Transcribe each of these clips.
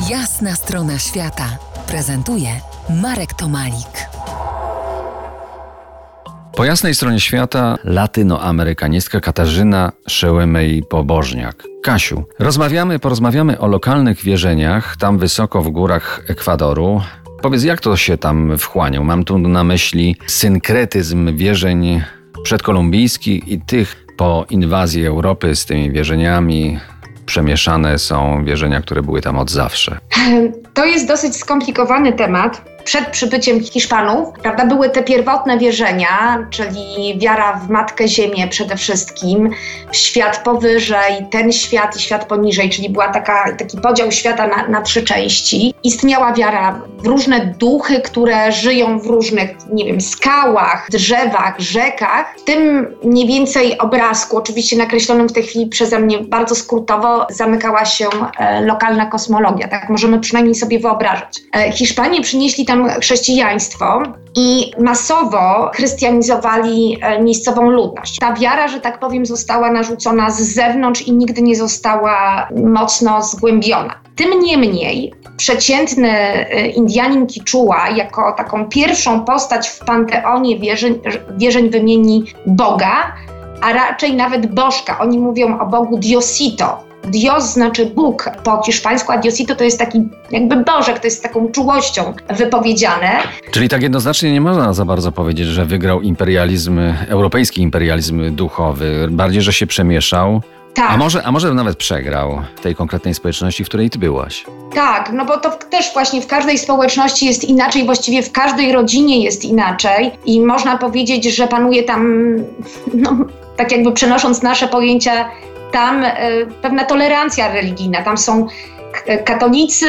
Jasna strona świata prezentuje Marek Tomalik. Po jasnej stronie świata latynoamerykanistka Katarzyna Szełemej-Pobożniak. Kasiu, porozmawiamy o lokalnych wierzeniach tam wysoko w górach Ekwadoru. Powiedz, jak to się tam wchłaniał? Mam tu na myśli synkretyzm wierzeń przedkolumbijskich i tych po inwazji Europy z tymi wierzeniami. Przemieszane są wierzenia, które były tam od zawsze. To jest dosyć skomplikowany temat. Przed przybyciem Hiszpanów, prawda, były te pierwotne wierzenia, czyli wiara w Matkę Ziemię przede wszystkim, świat powyżej, ten świat i świat poniżej, czyli była taki podział świata na trzy części. Istniała wiara w różne duchy, które żyją w różnych, skałach, drzewach, rzekach. W tym mniej więcej obrazku, oczywiście nakreślonym w tej chwili przeze mnie bardzo skrótowo, zamykała się lokalna kosmologia. Tak możemy przynajmniej sobie wyobrażać. Hiszpanie przynieśli tam chrześcijaństwo i masowo chrystianizowali miejscową ludność. Ta wiara, że tak powiem, została narzucona z zewnątrz i nigdy nie została mocno zgłębiona. Tym niemniej przeciętny Indianin Kichua jako taką pierwszą postać w panteonie wierzeń wymieni Boga, a raczej nawet bożka. Oni mówią o Bogu Diosito. Dios znaczy Bóg po hiszpańsku, a Diosito to jest taki jakby Bożek, to jest taką czułością wypowiedziane. Czyli tak jednoznacznie nie można za bardzo powiedzieć, że wygrał europejski imperializm duchowy, bardziej, że się przemieszał. Tak. A może nawet przegrał tej konkretnej społeczności, w której ty byłaś. Tak, no bo to też właśnie w każdej społeczności jest inaczej, właściwie w każdej rodzinie jest inaczej i można powiedzieć, że panuje tam, tak jakby przenosząc nasze pojęcia, tam pewna tolerancja religijna, tam są katolicy,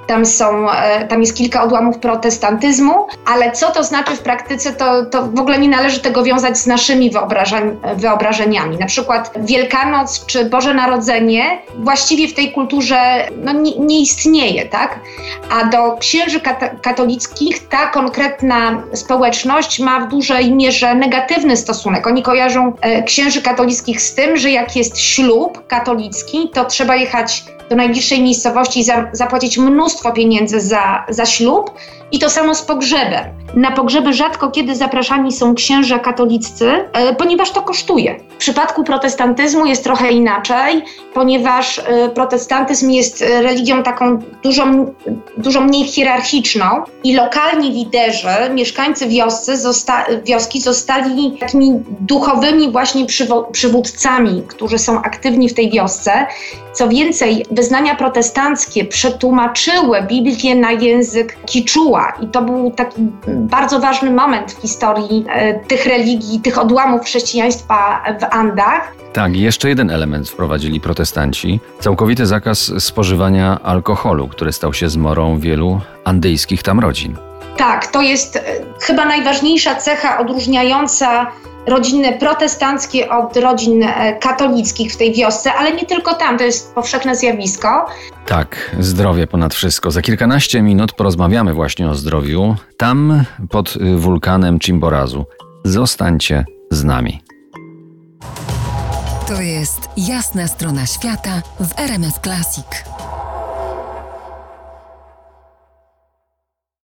tam jest kilka odłamów protestantyzmu, ale co to znaczy w praktyce, to w ogóle nie należy tego wiązać z naszymi wyobrażeniami. Na przykład Wielkanoc czy Boże Narodzenie właściwie w tej kulturze nie istnieje, tak? A do księży katolickich ta konkretna społeczność ma w dużej mierze negatywny stosunek. Oni kojarzą księży katolickich z tym, że jak jest ślub katolicki, to trzeba jechać do najbliższej miejscowości i zapłacić mnóstwo pieniędzy za ślub i to samo z pogrzebem. Na pogrzeby rzadko kiedy zapraszani są księża katoliccy, ponieważ to kosztuje. W przypadku protestantyzmu jest trochę inaczej, ponieważ protestantyzm jest religią taką dużo mniej hierarchiczną i lokalni liderzy, mieszkańcy wioski zostali takimi duchowymi właśnie przywódcami, którzy są aktywni w tej wiosce. Co więcej, wyznania protestanckie przetłumaczyły Biblię na język Kichua i to był taki bardzo ważny moment w historii tych religii, tych odłamów chrześcijaństwa w Andach. Tak, i jeszcze jeden element wprowadzili protestanci. Całkowity zakaz spożywania alkoholu, który stał się zmorą wielu andyjskich tam rodzin. Tak, to jest chyba najważniejsza cecha odróżniająca rodziny protestanckie od rodzin katolickich w tej wiosce, ale nie tylko tam, to jest powszechne zjawisko. Tak, zdrowie ponad wszystko. Za kilkanaście minut porozmawiamy właśnie o zdrowiu, tam pod wulkanem Chimborazu. Zostańcie z nami. To jest Jasna strona świata w RMF Classic.